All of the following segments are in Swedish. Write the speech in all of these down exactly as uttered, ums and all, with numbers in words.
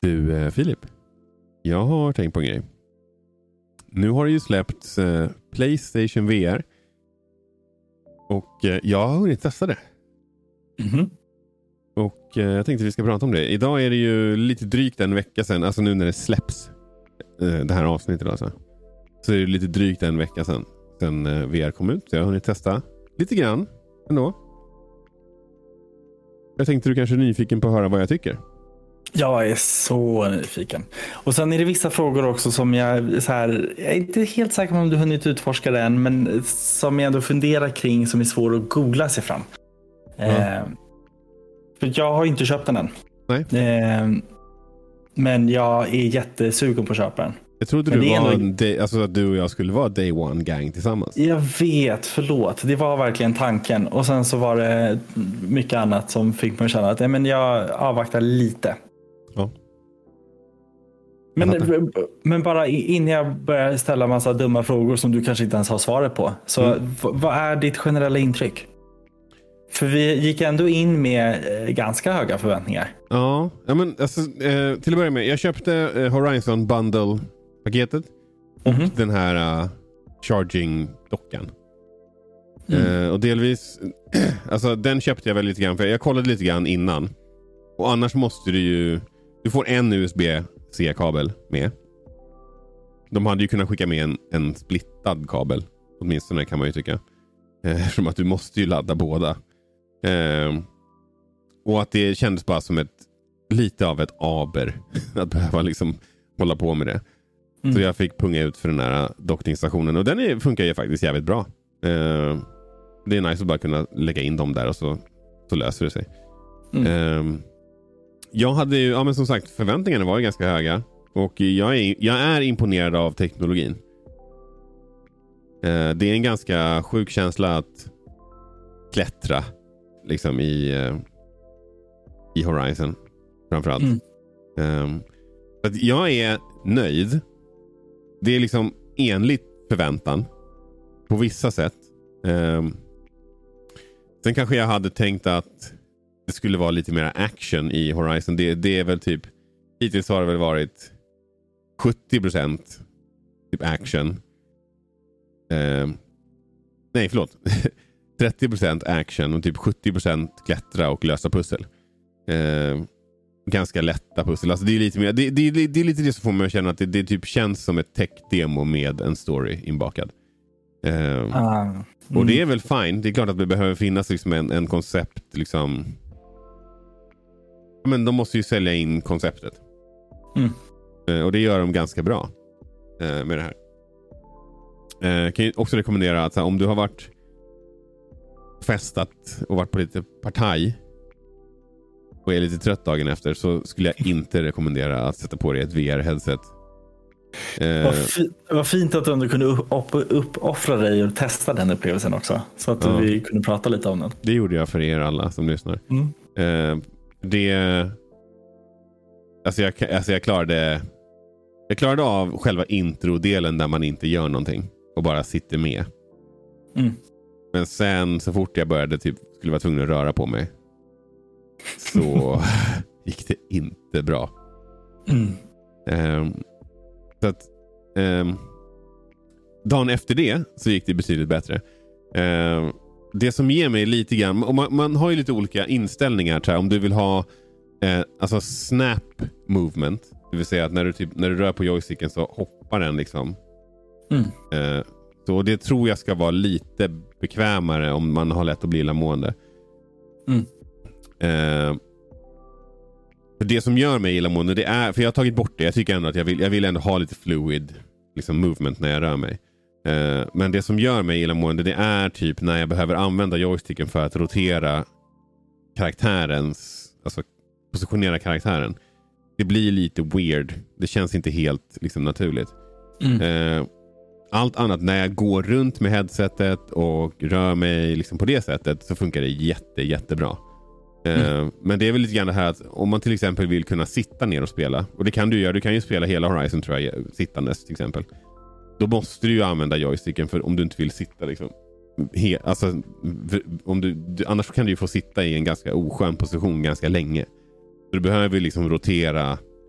Du eh, Filip, jag har tänkt på en grej. Nu har det ju släppts eh, PlayStation V R. Och eh, jag har hunnit testa det. Mm-hmm. Och eh, jag tänkte att vi ska prata om det. Idag är det ju lite drygt en vecka sedan. Alltså nu när det släpps eh, det här avsnittet alltså. Så är det lite drygt en vecka sedan. Sen eh, V R kom ut. Så jag har hunnit testa lite grann ändå. Jag tänkte du kanske är nyfiken på att höra vad jag tycker. Jag är så nyfiken. Och sen är det vissa frågor också som jag så här, jag är inte helt säker på om du hunnit utforska det än, men som jag ändå funderar kring, som är svår att googla sig fram. Mm. Eh, för jag har inte köpt den än. Nej. Eh, men jag är jättesugen på att köpa den. Jag trodde du var ändå... day, alltså att du och jag skulle vara day one gang tillsammans. Jag vet, förlåt. Det var verkligen tanken. Och sen så var det mycket annat som fick mig att känna att ja, men jag avvaktar lite. Ja. Men, men bara innan jag börjar ställa massa dumma frågor som du kanske inte ens har svaret på. Så mm. v- vad är ditt generella intryck? För vi gick ändå in med eh, ganska höga förväntningar. Ja, ja men alltså, eh, till att börja med. Jag köpte eh, Horizon Bundle-paketet. Och mm-hmm. den här uh, charging-dockan. Mm. Eh, och delvis, alltså den köpte jag väl lite grann. För jag kollade lite grann innan. Och annars måste du ju, du får en U S B-C-kabel med. De hade ju kunnat skicka med en, en splittad kabel. Åtminstone kan man ju tycka. Eftersom att du måste ju ladda båda. Eh, och att det kändes bara som ett lite av ett aber. Att behöva liksom hålla på med det. Mm. Så jag fick punga ut för den här dockningsstationen. Och den är, funkar ju faktiskt jävligt bra. Eh, det är nice att bara kunna lägga in dem där och så, så löser det sig. Mm. Eh, jag hade ju, ja men som sagt, förväntningarna var ju ganska höga. Och jag är, jag är imponerad av teknologin. Eh, det är en ganska sjuk känsla att klättra liksom i eh, i Horizon framförallt. Mm. Um, att jag är nöjd. Det är liksom enligt förväntan på vissa sätt. Um, sen kanske jag hade tänkt att det skulle vara lite mer action i Horizon. Det, det är väl typ, hittills har det väl varit sjuttio procent typ action. Um, nej, förlåt. trettio procent action och typ sjuttio procent klättra och lösa pussel. Uh, ganska lätta pussel. Alltså det är lite mer, det, det, det, det är lite det som får mig att känna att det, det typ känns som ett tech-demo med en story inbakad. Uh, ah, mm. Och det är väl fine. Det är klart att det behöver finnas liksom en, en koncept liksom. Men de måste ju sälja in konceptet. Mm. Uh, och det gör de ganska bra uh, med det här. Uh, kan jag också rekommendera att om du har varit festat och varit på lite partaj och är lite trött dagen efter, så skulle jag inte rekommendera att sätta på dig ett V R-headset. Eh, vad, fi- vad fint att du ändå kunde upp- upp- uppoffra dig och testa den upplevelsen också. Så att ja. vi kunde prata lite om den. Det gjorde jag för er alla som lyssnar. Mm. Eh, det... Alltså jag, alltså jag klarade... Jag klarade av själva introdelen där man inte gör någonting och bara sitter med. Mm. Men sen så fort jag började typ skulle vara tvungen att röra på mig, så gick det inte bra. Mm. Um, så att um, dagen efter det så gick det betydligt bättre. Um, det som ger mig lite grann, och man, man har ju lite olika inställningar så här, om du vill ha uh, alltså snap movement, det vill säga att när du, typ, när du rör på joysticken så hoppar den liksom. Mm. Uh, så det tror jag ska vara lite bekvämare om man har lätt att bli illamående. Mm. Uh, för det som gör mig illamående, det är, för jag har tagit bort det. Jag tycker ändå att jag vill, jag vill ändå ha lite fluid liksom movement när jag rör mig. Uh, men det som gör mig illamående, det är typ när jag behöver använda joysticken för att rotera karaktärens, alltså positionera karaktären. Det blir lite weird. Det känns inte helt liksom naturligt. Mm. Uh, Allt annat, när jag går runt med headsetet och rör mig liksom på det sättet, så funkar det jätte, jättebra. Mm. Uh, men det är väl lite grann det här att om man till exempel vill kunna sitta ner och spela, och det kan du göra, du kan ju spela hela Horizon tror jag, sittandes till exempel. Då måste du ju använda joysticken, för om du inte vill sitta liksom he, alltså, om du, du, annars kan du ju få sitta i en ganska oskön position ganska länge. Så du behöver liksom rotera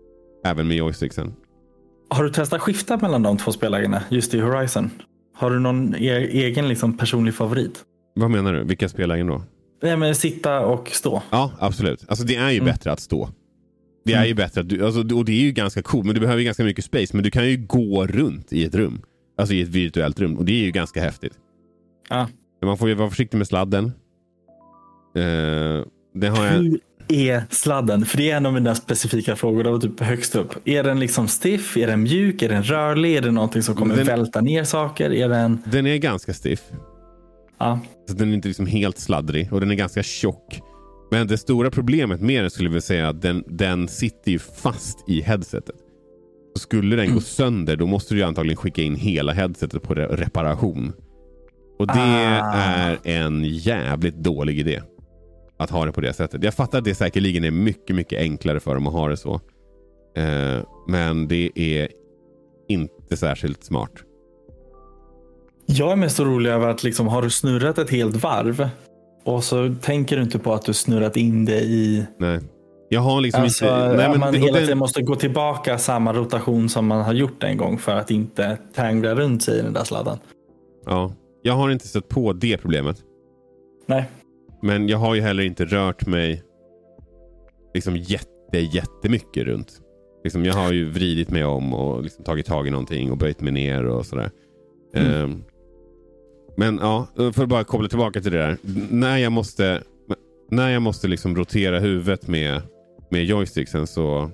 Även med joysticksen. Har du testat skifta mellan de två spellägena just i Horizon? Har du någon e- egen liksom personlig favorit? Vad menar du? Vilka spellägen då? Nej, men sitta och stå. Ja, absolut. Alltså det är ju mm. bättre att stå. Det är mm. ju bättre att du, alltså, och det är ju ganska coolt, men du behöver ju ganska mycket space, men du kan ju gå runt i ett rum. Alltså i ett virtuellt rum, och det är ju ganska häftigt. Ja. Man får ju vara försiktig med sladden. Uh, det har jag... Hur är sladden? För det är en av mina specifika frågor, det var typ högst upp. Är den liksom stiff? Är den mjuk? Är den rörlig? Är det någonting som kommer den... välta ner saker? Är den... den är ganska stiff. Ja. Så den är inte liksom helt sladdrig, och den är ganska tjock. Men det stora problemet med den skulle vi säga att den, den sitter ju fast i headsetet. Så skulle den gå sönder, då måste du ju antagligen skicka in hela headsetet på reparation. Och det ah. är en jävligt dålig idé att ha det på det sättet. Jag fattar att det säkerligen är mycket, mycket enklare för dem att ha det så. Eh, men det är inte särskilt smart. Jag är mest orolig över att liksom, har du snurrat ett helt varv och så tänker du inte på att du snurrat in det i... Nej. Jag har liksom alltså, inte... Nej, men man det, hela det... tiden måste gå tillbaka samma rotation som man har gjort en gång för att inte tangla runt sig i den där sladden. Ja, jag har inte sett på det problemet. Nej. Men jag har ju heller inte rört mig liksom jätte, jättemycket runt. Liksom, jag har ju vridit mig om och liksom tagit tag i någonting och böjt mig ner och sådär. Mm. Um, men ja, för att bara koppla tillbaka till det där. När jag måste när jag måste liksom rotera huvudet med, med joysticksen så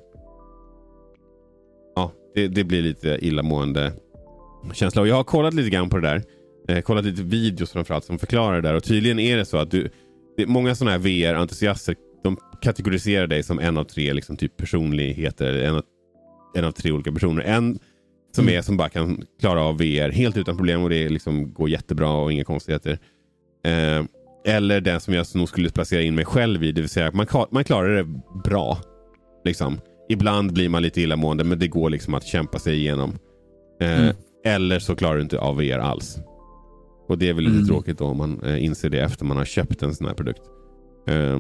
ja, det, det blir lite illamående känsla. Och jag har kollat lite grann på det där. Eh, kollat lite videos framförallt som förklarar det där. Och tydligen är det så att du, det, många sådana här V R-entusiaster, de kategoriserar dig som en av tre liksom, typ personligheter. En av, en av tre olika personer. En som är som bara kan klara av V R helt utan problem och det liksom går jättebra och inga konstigheter. Eh, eller den som jag nog skulle placera in mig själv i, det vill säga att man, man klarar det bra. Liksom. Ibland blir man lite illamående, men det går liksom att kämpa sig igenom. Eh, mm. Eller så klarar du inte av V R alls. Och det är väl lite mm. tråkigt då om man eh, inser det efter man har köpt en sån här produkt. Eh,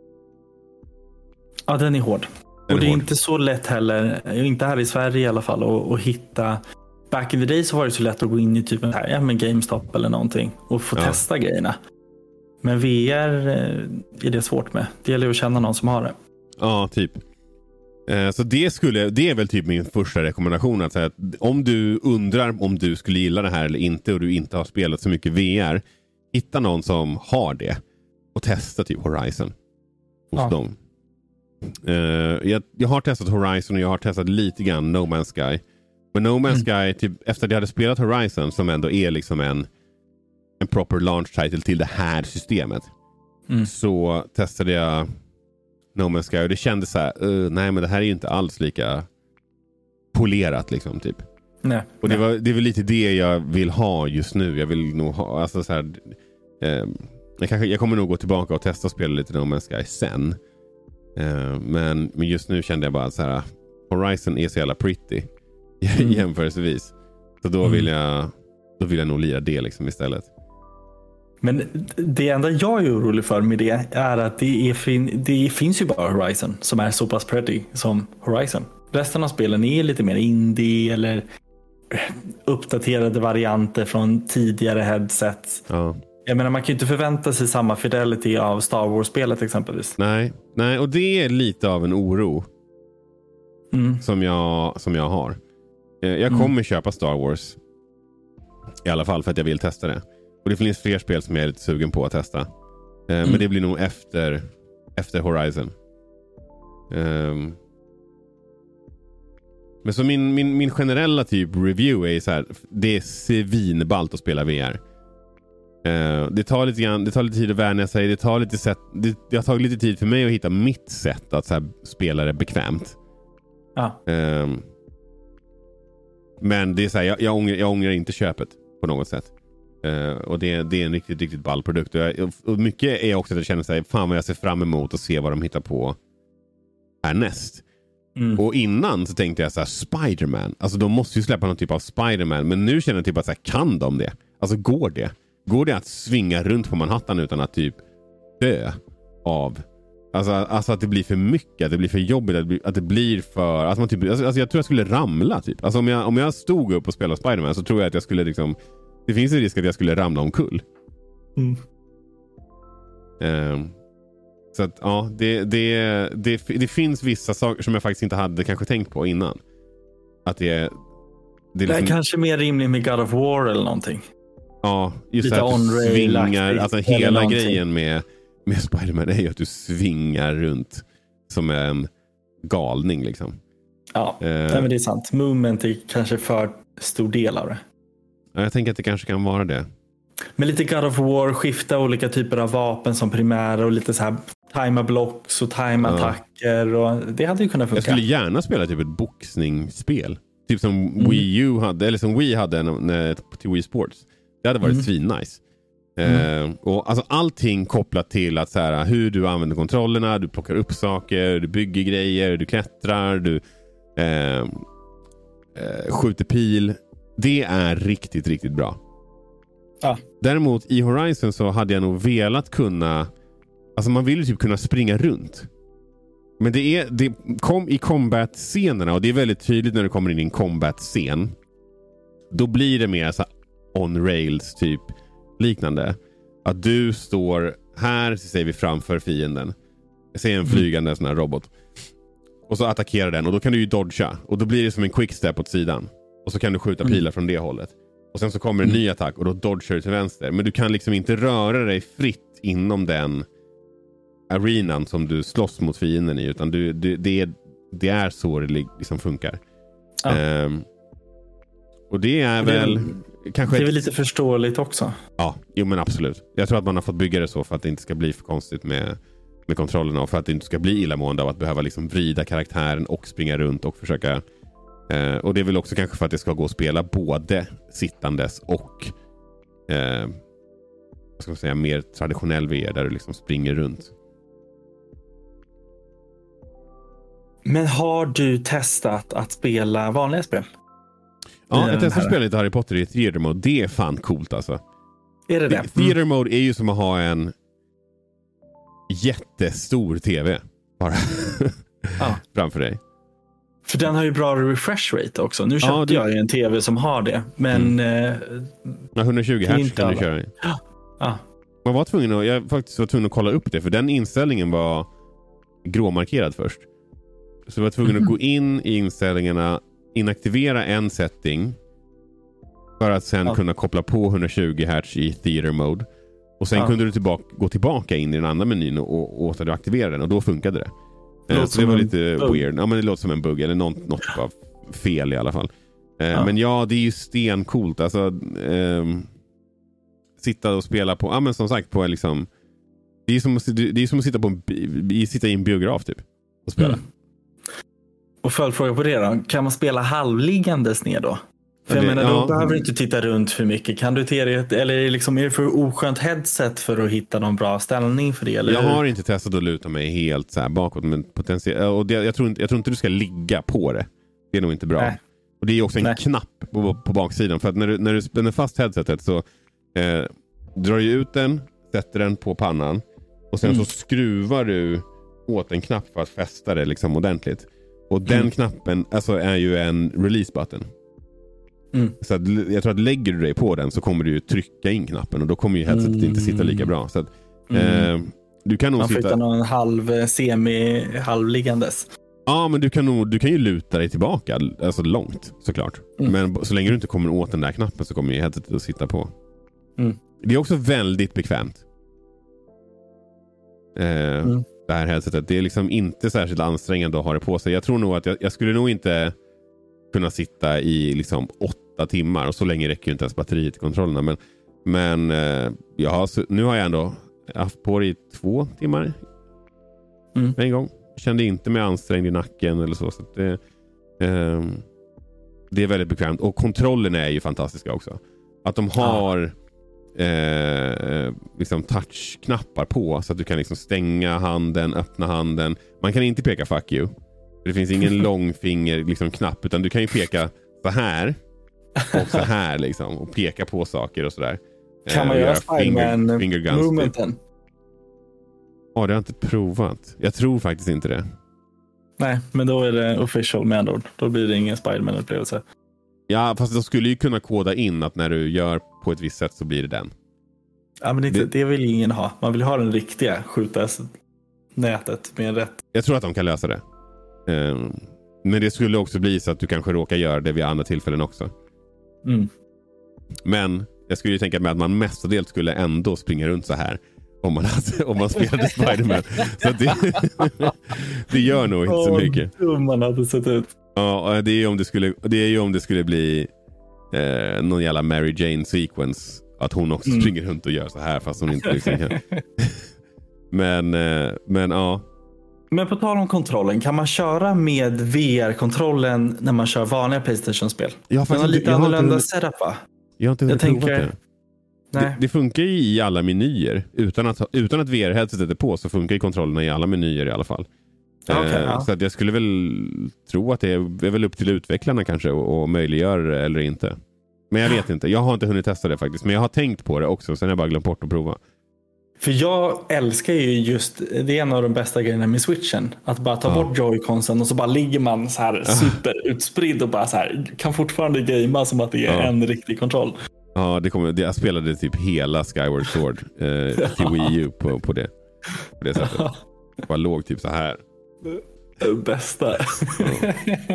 ja, den är hård. Den och det är hård. Inte så lätt heller, inte här i Sverige i alla fall, att, att hitta. Back in the day så var det så lätt att gå in i typ en här, ja, men GameStop eller någonting och få ja. testa grejerna. Men V R är det svårt med. Det gäller att känna någon som har det. Ja, typ. Eh, så det, skulle, det är väl typ min första rekommendation. Att säga att om du undrar om du skulle gilla det här eller inte och du inte har spelat så mycket V R, hitta någon som har det och testa typ Horizon hos ja. dem. Uh, jag, jag har testat Horizon och jag har testat lite grann No Man's Sky. Men No Man's mm. Sky, typ, efter att jag hade spelat Horizon, som ändå är liksom en en proper launch title till det här systemet, mm. så testade jag No Man's Sky och det kändes så här, uh, nej men det här är ju inte alls lika polerat liksom typ. Nej, och det, nej. var, det är väl lite det jag vill ha just nu. Jag vill nog ha, alltså så här, eh, jag, kanske, jag kommer nog gå tillbaka och testa och spela lite No Man's Sky sen. Uh, men, men just nu kände jag bara så här, Horizon är så jävla pretty mm. jämförelsevis. Så då vill jag då vill jag nog lira det liksom istället. Men det enda jag är orolig för med det är att det, är fin- det finns ju bara Horizon som är så pass pretty som Horizon. Resten av spelen är lite mer indie eller uppdaterade varianter från tidigare headsets. Ja. Jag menar, man kan ju inte förvänta sig samma fidelity av Star Wars-spelet exempelvis. Nej, nej, och det är lite av en oro mm. som, jag, som jag har. Jag kommer mm. köpa Star Wars i alla fall för att jag vill testa det. Och det finns fler spel som jag är lite sugen på att testa. Mm. Men det blir nog efter, efter Horizon. Um, men så min, min, min generella typ review är så här, det är svinballt att spela V R. Uh, det tar lite grann, det tar lite tid att vänja sig. Det tar lite sätt, det, det har tagit lite tid för mig att hitta mitt sätt att så här, spela det bekvämt. Ja. Um, men det är så här, jag, jag, ångrar, jag ångrar inte köpet på något sätt. Uh, och det, det är en riktigt, riktigt ball produkt. Och, jag, och mycket är också att jag känner sig, fan vad jag ser fram emot att se vad de hittar på härnäst. Mm. Och innan så tänkte jag så här, Spider-Man. Alltså de måste ju släppa någon typ av Spider-Man. Men nu känner jag typ att så här, kan de det? Alltså går det? Går det att svinga runt på Manhattan utan att typ dö av Alltså, alltså att det blir för mycket, att det blir för jobbigt, att det blir, att det blir för... Alltså, man typ, alltså, alltså jag tror jag skulle ramla typ. Alltså om jag, om jag stod upp och spelade Spider-Man så tror jag att jag skulle liksom... Det finns en risk att jag skulle ramla omkull. Mm. Um, så att ja, det, det, det, det finns vissa saker som jag faktiskt inte hade kanske tänkt på innan. Att det är... Det är, liksom, det är kanske mer rimligt med God of War eller någonting. Ja, just lite det att du svingar... Alltså hela någonting. grejen med, med Spider-Man är ju att du svingar runt som en galning liksom. Ja, uh, nej, men det är sant. Movement är kanske för stor del av det. Jag tänker att det kanske kan vara det. Men lite God of War, skifta olika typer av vapen som primära och lite så här time blocks och time-attacker. Ja. Och det hade ju kunnat funka. Jag skulle gärna spela typ ett boxningsspel. Typ som mm. Wii U hade, eller som Wii hade när, till Wii Sports. Det hade varit mm. svinnice. Mm. Eh, och alltså allting kopplat till att så här, hur du använder kontrollerna, du plockar upp saker, du bygger grejer, du klättrar, du eh, eh, skjuter pil. Det är riktigt, riktigt bra. Ja. Däremot i Horizon så hade jag nog velat kunna, alltså man vill ju typ kunna springa runt. Men det är det kom i combat-scenerna, och det är väldigt tydligt när du kommer in i en combat-scen. Då blir det mer så on rails typ liknande. Att du står här, så säger vi framför fienden. Jag ser en flygande sån här robot. Och så attackerar den, och då kan du ju dodga. Och då blir det som en quickstep åt sidan. Och så kan du skjuta pilar mm. från det hållet. Och sen så kommer en mm. ny attack och då dodgar du till vänster. Men du kan liksom inte röra dig fritt inom den arenan som du slåss mot fienden i. Utan du, du, det, är, det är så det liksom funkar. Ja. Um, och det är det, väl... Kanske det är ett... väl lite förståeligt också. Ja, jo men absolut. Jag tror att man har fått bygga det så för att det inte ska bli för konstigt med, med kontrollerna. Och för att det inte ska bli illamående av att behöva liksom vrida karaktären och springa runt och försöka... Uh, och det är väl också kanske för att det ska gå att spela både sittandes och uh, vad ska man säga, mer traditionell V R där du liksom springer runt. Men har du testat att spela vanliga spel? Ja, jag testar att spela lite Harry Potter i Theater Mode. Det är fan coolt alltså. Är det det? Theater Mode är ju som att ha en jättestor tv bara ja. framför dig. För den har ju bra refresh rate också. Nu köpte ja, det... jag ju en tv som har det. Men... Mm. Eh, ja, hundratjugo hertz kan alla. Du köra i. Ja. Man var tvungen att, jag faktiskt var tvungen att kolla upp det. För den inställningen var gråmarkerad först. Så jag var tvungen mm. att gå in i inställningarna, inaktivera en setting för att sen ja. kunna koppla på hundratjugo hertz i Theater Mode. Och sen ja. kunde du tillbaka, gå tillbaka in i den andra menyn och, och återaktivera den. Och då funkade det. Det, så det var lite bug. weird. Ja, men det låter som en bugg. Eller något, något typ av fel i alla fall. Eh, ja. Men ja, det är ju stencoolt. Alltså, eh, sitta och spela på... Ja, men som sagt, på liksom... Det är som, det är som att sitta, på en, sitta i en biograf typ. Och spela. Mm. Och följdfråga på det då. Kan man spela halvliggandes ner då? För jag det, menar, ja. då behöver du inte titta runt för mycket. Kan du te det, eller liksom, är det för oskönt headset för att hitta någon bra ställning för det? Eller? Jag har inte testat att luta mig helt så här bakåt. Men potentiellt, och det, jag, tror inte, jag tror inte du ska ligga på det. Det är nog inte bra. Nej. Och det är också en Nej. knapp på, på baksidan. För att när du, när du spänner fast headsetet så eh, drar du ut den, sätter den på pannan. Och sen mm. så skruvar du åt en knapp för att fästa det liksom ordentligt. Och den mm. knappen alltså, är ju en release button. Mm. Så att, jag tror att lägger du dig på den så kommer du ju trycka in knappen och då kommer ju headsetet mm. inte sitta lika bra. Så att, mm. eh, du kan nog Man sitta... Man någon halv semi halvliggandes. Ja, men du kan nog, du kan ju luta dig tillbaka alltså långt såklart. Mm. Men så länge du inte kommer åt den där knappen så kommer ju headsetet att sitta på. Mm. Det är också väldigt bekvämt. Eh, mm. Det här headsetet. Det är liksom inte särskilt ansträngande att ha det på sig. Jag tror nog att jag, jag skulle nog inte kunna sitta i liksom åtta timmar och så länge räcker ju inte ens batteriet i kontrollerna. Men, men eh, jag har, nu har jag ändå haft på det i två timmar mm. en gång. Jag kände inte mig ansträngd i nacken eller så. Så att det, eh, det är väldigt bekvämt. Och kontrollerna är ju fantastiska också. Att de har ah. eh, liksom touchknappar på så att du kan liksom stänga handen, öppna handen. Man kan inte peka fuck you. Det finns ingen långfinger liksom, knapp utan du kan ju peka så här och så här liksom och peka på saker och sådär. Kan man eh, göra Spider-Man finger, movementen? Ja, det har jag inte provat. Jag tror faktiskt inte det. Nej, men då är det official med andra ord. Då blir det ingen Spider-Man-upplevelse. Ja, fast de skulle ju kunna koda in att när du gör på ett visst sätt så blir det den. Ja, men det, det, det vill ingen ha. Man vill ha den riktiga skjuta nätet med rätt. Jag tror att de kan lösa det. Um, men det skulle också bli så att du kanske råkar göra det vid andra tillfällen också. Mm. Men jag skulle ju tänka mig att man mestadels skulle ändå springa runt så här om man, hade, om man spelade Spider-Man. Så det, det gör nog inte så mycket. Åh, man hade sett ut. Ja, det är ju om det skulle, det är ju om det skulle bli eh, någon jävla Mary Jane sequence. Att hon också mm. springer runt och gör så här fast hon inte liksom kan. Men, eh, men ja. Men på tal om kontrollen, kan man köra med V R-kontrollen när man kör vanliga PlayStation-spel? Ja, den har lite annorlunda hunnit... setup, va? Jag har inte hunnit provat tänker... det. Det, det funkar ju i alla menyer. Utan att, utan att V R-headsetet är på så funkar ju kontrollerna i alla menyer i alla fall. Okay, eh, ja. Så att jag skulle väl tro att det är, är väl upp till utvecklarna kanske och, och möjliggör det eller inte. Men jag vet inte. Jag har inte hunnit testa det faktiskt. Men jag har tänkt på det också. Sen har jag bara glömt bort att prova. För jag älskar ju just, det är en av de bästa grejerna med Switchen. Att bara ta ja. bort Joy-Consen och så bara ligger man så här superutspridd och bara så här kan fortfarande gamea som att det är ja. en riktig kontroll. Ja, det kommer, det, jag spelade typ hela Skyward Sword eh, till Wii U på, på, det, på det sättet. Jag bara låg typ så här. Det bästa. Ja.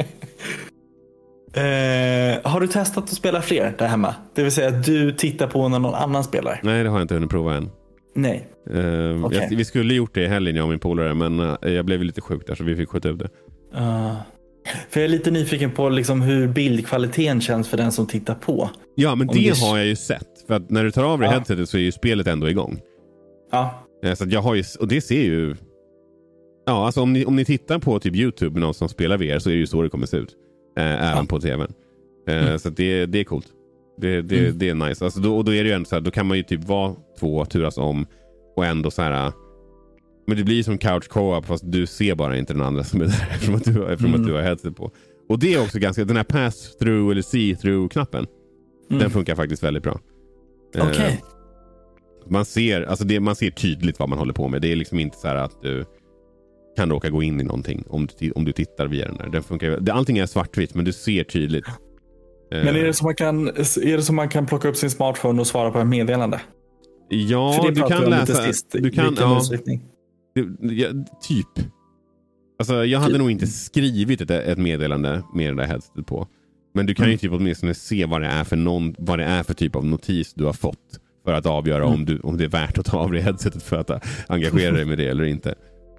Eh, har du testat att spela fler där hemma? Det vill säga att du tittar på när någon annan spelar? Nej, det har jag inte hunnit prova än. Nej. Uh, okay. jag, vi skulle gjort det i helgen, jag och min polare, men uh, jag blev lite sjuk där så vi fick skjuta upp det. Uh, för jag är lite nyfiken på liksom hur bildkvaliteten känns för den som tittar på. Ja, men det, det har jag ju sett. För att när du tar av dig uh. headsetet så är ju spelet ändå igång. Ja. Uh. Så att jag har ju, och det ser ju... Ja, alltså om ni, om ni tittar på typ YouTube med någon som spelar V R så är det ju så det kommer se ut. Uh, även uh. på tvn. Uh, mm. Så att det, det är coolt. Det, det, mm. det är nice. Alltså då, och då är det ju ändå så här, då kan man ju typ vara två turas om och ändå så här. Men det blir som couch co-op fast du ser bara inte den andra som är där eftersom att du, eftersom mm. att du har headset på. Och det är också ganska, den här pass-through eller see-through-knappen mm. den funkar faktiskt väldigt bra. Okej. Okay. Eh, man ser, alltså det, man ser tydligt vad man håller på med. Det är liksom inte så här att du kan råka gå in i någonting om du, om du tittar via den där. Den funkar, allting är svartvitt men du ser tydligt. Men är det så man kan, är det så man kan plocka upp sin smartphone och svara på ett meddelande? Ja, du kan läsa. Sist, du kan, ja, du, ja, typ. Alltså, jag hade typ. nog inte skrivit ett, ett meddelande med det där headsetet på. Men du kan mm. ju typ åtminstone se vad det är för någon, vad det är för typ av notis du har fått för att avgöra mm. om, du, om det är värt att ta av dig headsetet för att engagera dig med det eller inte.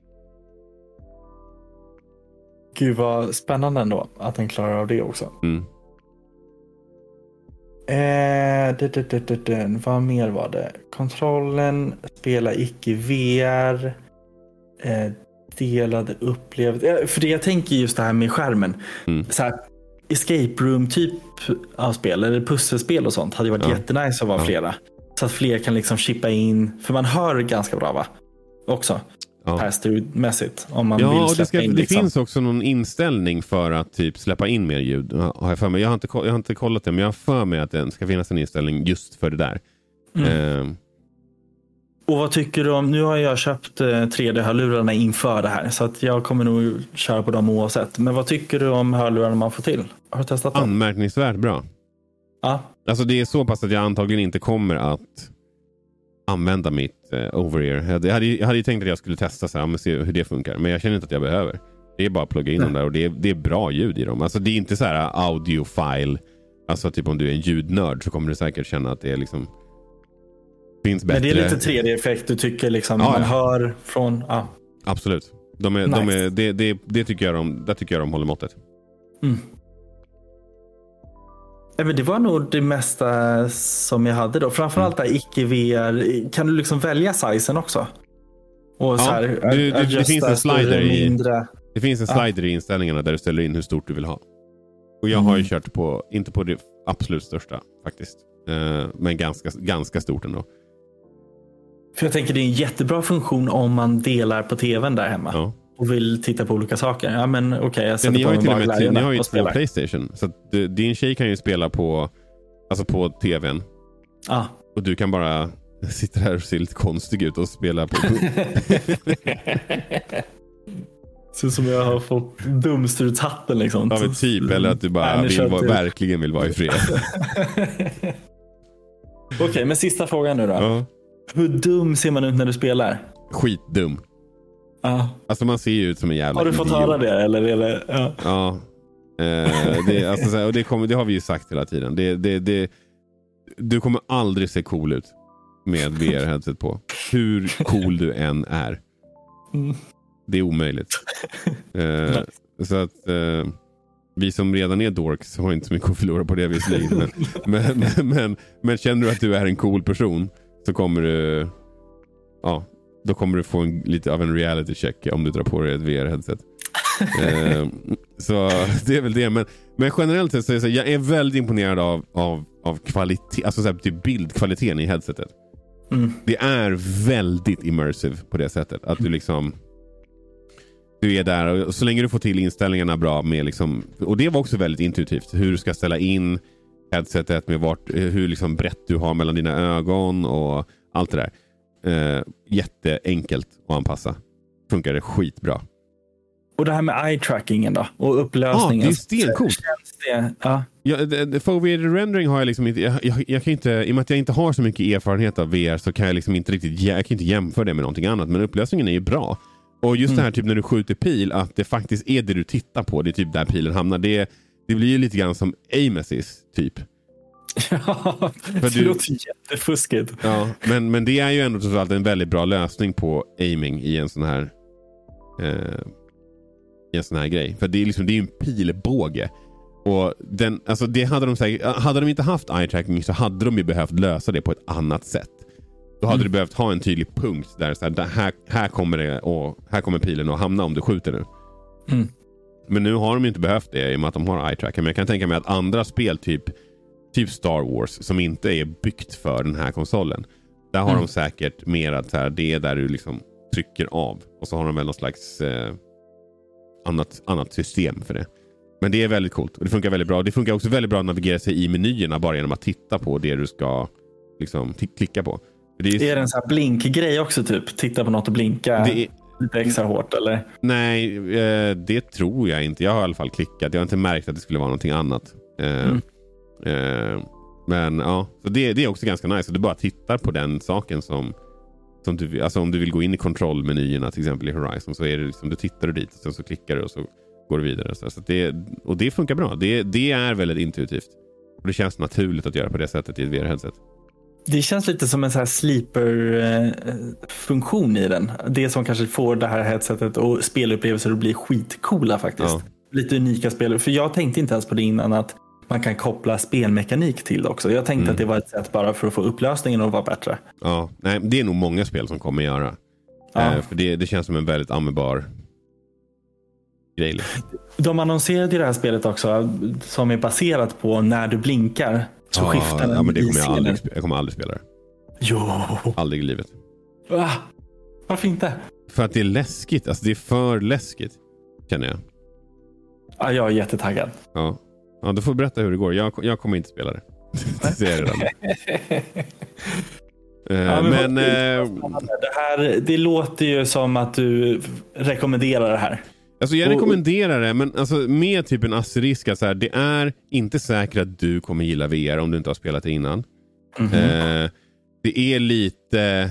Gud vad spännande ändå att den klarar av det också. Mm. Eh, det, det, det, det, det. Vad mer var det? Kontrollen, spela icke-V R, eh, delade upplevelse. För det jag tänker just det här med skärmen. Mm. Så här, escape room typ av spel eller pusselspel och sånt hade varit ja. jättenice att vara ja. flera. Så att fler kan liksom chippa in. För man hör ganska bra, va? Också. Ja. Pass-through-mässigt. Om man ja, vill och släppa det, ska, in, det liksom. finns också någon inställning för att typ släppa in mer ljud. Har jag, för mig. Jag, har inte, jag har inte kollat det, men jag har för mig att det ska finnas en inställning just för det där. Mm. Eh. Och vad tycker du om, nu har jag köpt eh, tre D-hörlurarna inför det här, så att jag kommer nog köra på dem oavsett. Men vad tycker du om hörlurarna man får till? Har du testat dem? Anmärkningsvärt bra. Ja. Alltså det är så pass att jag antagligen inte kommer att använda mitt eh, over-ear. Jag hade, jag hade ju tänkt att jag skulle testa så här, men se hur det funkar. Men jag känner inte att jag behöver. Det är bara att plugga in Nej. dem där och det är, det är bra ljud i dem. Alltså det är inte så här audiofile. Alltså typ om du är en ljudnörd så kommer du säkert känna att det är liksom finns bättre. Men det är lite tre D-effekt du tycker liksom ja, man ja. hör från... Ja. Absolut. De är, nice. de är, det, det, det tycker jag de, det tycker jag de håller måttet. Mm. Men det var nog det mesta som jag hade då. Framförallt mm. där icke-V R. Kan du liksom välja sizen också? Och ja, så här, du, du, det finns en slider i mindre. Det finns en slider ja. i inställningarna där du ställer in hur stort du vill ha. Och jag mm. har ju kört på, inte på det absolut största faktiskt. Uh, men ganska, ganska stort ändå. För jag tänker det är en jättebra funktion om man delar på tvn där hemma. Ja. Och vill titta på olika saker. Ja men okej, okay, jag sätter ni på har ju till och med ni har ju två PlayStation. Så att du, din tjej kan ju spela på alltså på tvn. Ah. Och du kan bara sitter här och ser lite konstig ut och spelar på. Så som jag har fått dumstrutshatten liksom. Ja, men typ, eller att du bara Nej, vill vara, till. verkligen vill vara i fred. Okej, okay, men sista frågan nu då. Ja. Hur dum ser man ut när du spelar? Skitdum. Ja. Alltså man ser ju ut som en jävla Har du fått idiot. höra det? Eller är det, ja. Ja. Eh, det, alltså, så här, och det, kommer, det har vi ju sagt hela tiden. Det, det, det, du kommer aldrig se cool ut med V R-headset på. Hur cool du än är. Mm. Det är omöjligt. Eh, så att eh, vi som redan är dorks har inte så mycket att förlora på det visserligen. Men, men, men, men, men känner du att du är en cool person så kommer du ja, då kommer du få en, lite av en reality check om du drar på dig ett V R-headset. eh, så det är väl det. Men, men generellt sett så är det så, jag är väldigt imponerad av, av, av kvalitet, alltså så här, typ bildkvaliteten i headsetet. Mm. Det är väldigt immersive på det sättet. Att du liksom du är där och så länge du får till inställningarna bra med liksom, och det var också väldigt intuitivt hur du ska ställa in headsetet med vart, hur liksom brett du har mellan dina ögon och allt det där. Eh, jätteenkelt att anpassa. Funkar det skitbra. Och det här med eye-trackingen då? Och upplösningen. Ja, det är stenkult. Det, ja. Ja, foveated rendering har jag liksom inte jag, jag, jag kan inte, i och med att jag inte har så mycket erfarenhet av V R så kan jag liksom inte riktigt, jag kan inte jämföra det med någonting annat, men upplösningen är ju bra. Och just mm. det här typ när du skjuter pil, att det faktiskt är det du tittar på, det är typ där pilen hamnar. Det, det blir ju lite grann som aim assist typ. Ja, det du, låter jättefuskigt. Ja, men, men det är ju ändå trots allt en väldigt bra lösning på aiming i en sån här eh, i en sån här grej. För det är liksom, det är ju en pilbåge. Och den, alltså det hade de säkert, hade de inte haft eye tracking så hade de ju behövt lösa det på ett annat sätt. Då hade mm. du behövt ha en tydlig punkt där så här, där, här, här kommer det och här kommer pilen att hamna om du skjuter nu. Mm. Men nu har de inte behövt det i och med att de har eye tracking. Men jag kan tänka mig att andra spel typ typ Star Wars som inte är byggt för den här konsolen. Där har mm. de säkert mer att så här, det är där du liksom trycker av och så har de väl någon slags eh, annat, annat system för det. Men det är väldigt coolt och det funkar väldigt bra. Det funkar också väldigt bra att navigera sig i menyerna bara genom att titta på det du ska liksom t- klicka på. Det är, är det en sån här blinkgrej också typ? Titta på något och blinka det är... lite extra hårt eller? Nej, eh, det tror jag inte. Jag har i alla fall klickat. Jag har inte märkt att det skulle vara någonting annat. Eh, mm. eh, men ja, så det, det är också ganska nice. Du bara tittar på den saken som, som du, alltså om du vill gå in i kontrollmenyerna till exempel i Horizon så är det liksom, du tittar dit och sen så klickar du och så går du vidare. Så, så det, och det funkar bra. Det, det är väldigt intuitivt. Och det känns naturligt att göra på det sättet i ett V R-headset. Det känns lite som en så här sleeper-funktion i den. Det som kanske får det här headsetet och spelupplevelser att bli skitcoola faktiskt. Ja. Lite unika spel. För jag tänkte inte ens på det innan att man kan koppla spelmekanik till det också. Jag tänkte mm. att det var ett sätt bara för att få upplösningen att vara bättre. Ja, nej, det är nog många spel som kommer göra. Ja. Eh, för det, det känns som en väldigt användbar grej. De annonserade i det här spelet också som är baserat på när du blinkar så ja, skiftar den. Ja, men det kommer jag, aldrig, jag kommer aldrig spela det. Jo. Aldrig i livet. Va? Varför inte? För att det är läskigt. Alltså det är för läskigt, känner jag. Ja, jag är jättetaggad. Ja, ja du får berätta hur det går. Jag, jag kommer inte spela det. Det ser jag redan. uh, ja, men men uh, det, här, det låter ju som att du rekommenderar det här. Alltså jag rekommenderar det, men alltså med typ en asterisk så här, det är inte säkert att du kommer gilla V R om du inte har spelat det innan. Mm-hmm. Eh, det är lite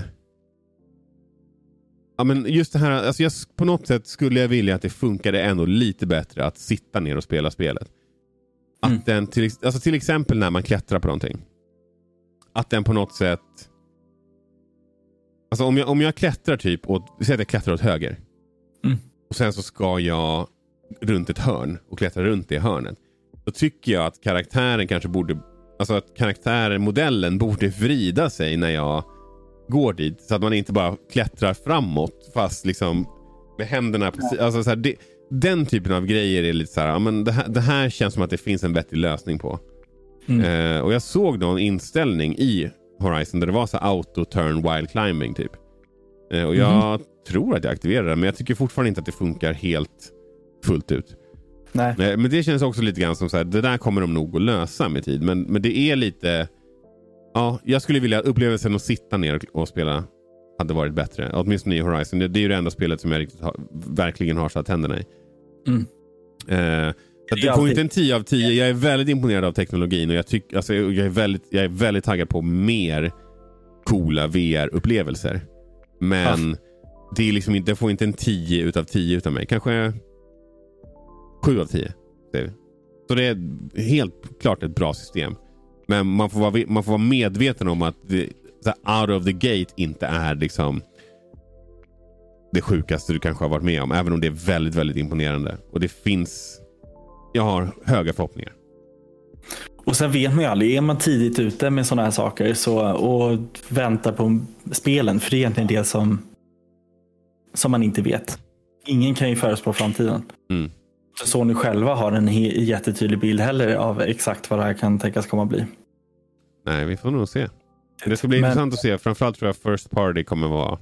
ja men just det här, alltså jag, på något sätt skulle jag vilja att det funkade ändå lite bättre att sitta ner och spela spelet. Att mm. den till, alltså till exempel när man klättrar på någonting. Att den på något sätt alltså om jag, om jag klättrar typ åt, säg att jag klättrar åt höger. Mm. Och sen så ska jag runt ett hörn och klättra runt det hörnet. Då tycker jag att karaktären kanske borde, alltså att karaktären, modellen borde vrida sig när jag går dit. Så att man inte bara klättrar framåt fast liksom med händerna precis, alltså så här, det, den typen av grejer är lite så här, ja, men det här, det här känns som att det finns en vettig lösning på. Mm. Eh, och jag såg någon inställning i Horizon där det var så auto-turn while climbing typ. Eh, och jag mm. tror att jag aktiverar det, men jag tycker fortfarande inte att det funkar helt fullt ut. Nej. Men det känns också lite grann som så här, det där kommer de nog att lösa med tid. Men, men det är lite Ja, jag skulle vilja att upplevelsen att sitta ner och spela hade varit bättre. Åtminstone i Horizon. Det, det är ju det enda spelet som jag riktigt har, verkligen har satt tänderna i. Mm. Eh, så det får inte en tio av tio. Jag är väldigt imponerad av teknologin och jag, tyck, alltså, jag, är väldigt, jag är väldigt taggad på mer coola V R-upplevelser. Men ja. det, är liksom, det får inte en tio utav tio utav mig. Kanske sju av tio. Så det är helt klart ett bra system. Men man får vara, man får vara medveten om att det, out of the gate inte är liksom det sjukaste du kanske har varit med om. Även om det är väldigt, väldigt imponerande. Och det finns... Jag har höga förhoppningar. Och sen vet man ju aldrig, är man tidigt ute med sådana här saker så, och väntar på spelen, för det är egentligen det som som man inte vet. Ingen kan ju förutspå framtiden. Mm. Så Sony själva har en he- jättetydlig bild heller av exakt vad det här kan tänkas komma att bli. Nej, vi får nog se. Det ska bli Men... intressant att se. Framförallt tror jag First Party kommer vara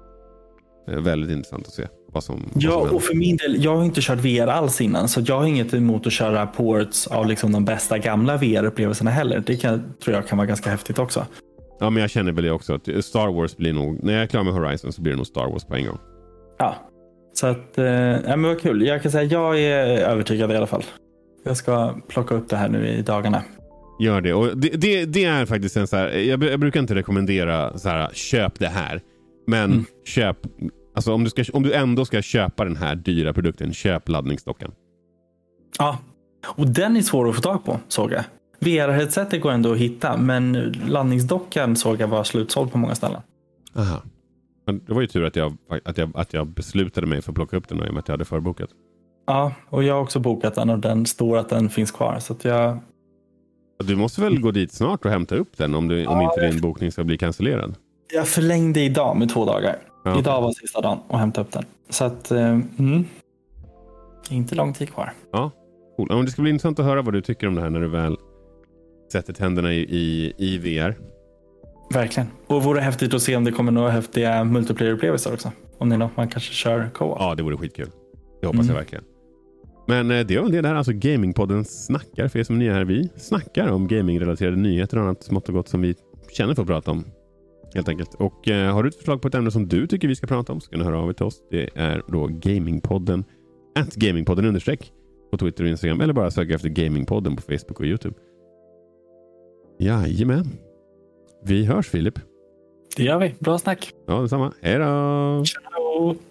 väldigt intressant att se. Vad som, vad ja, som och för min del, jag har inte kört V R alls innan, så jag har inget emot att köra ports av liksom de bästa gamla V R-upplevelserna heller. Det kan, tror jag kan vara ganska häftigt också. Ja, men jag känner väl det också. Att Star Wars blir nog, när jag är klar med Horizon så blir det nog Star Wars på en gång. Ja, så att, eh, ja, men vad kul. Jag kan säga jag är övertygad i alla fall. Jag ska plocka upp det här nu i dagarna. Gör det. Och det, det, det är faktiskt en så här, jag, jag brukar inte rekommendera så här, köp det här. Men mm. köp, alltså om du, ska, om du ändå ska köpa den här dyra produkten, köp laddningsdockan. Ja, och den är svår att få tag på, såg jag. V R-headsetet går ändå att hitta, men laddningsdockan såg jag var slutsåld på många ställen. Aha. Men det var ju tur att jag, att jag, att jag beslutade mig för att plocka upp den och i och med att jag hade förbokat. Ja, och jag har också bokat den och den står att den finns kvar. Så att jag... Du måste väl gå dit snart och hämta upp den om, du, om ja, inte din bokning ska bli cancellerad. Jag förlängde idag med två dagar. Ja. Idag var sista dagen och hämta upp den. Så att, mm, inte lång tid kvar. Ja, cool. Ja, det ska bli intressant att höra vad du tycker om det här när du väl sätter tänderna i, i, i V R. Verkligen. Och vore häftigt att se om det kommer några häftiga multiplayer-upplevelser också. Om det är något man kanske kör co-op. Ja, det vore skitkul. Det hoppas mm. jag verkligen. Men eh, det är väl det där, alltså Gamingpodden snackar, för er som är nya här. Vi snackar om gamingrelaterade nyheter och annat smått och gott som vi känner för att prata om. Helt enkelt. Och eh, har du ett förslag på ett ämne som du tycker vi ska prata om så kan du höra av er till oss. Det är då Gamingpodden at Gamingpodden understreck på Twitter och Instagram, eller bara söka efter Gamingpodden på Facebook och YouTube. Jajamän. Vi hörs, Filip. Det gör vi. Bra snack. Ja, detsamma. Hej då! Ciao!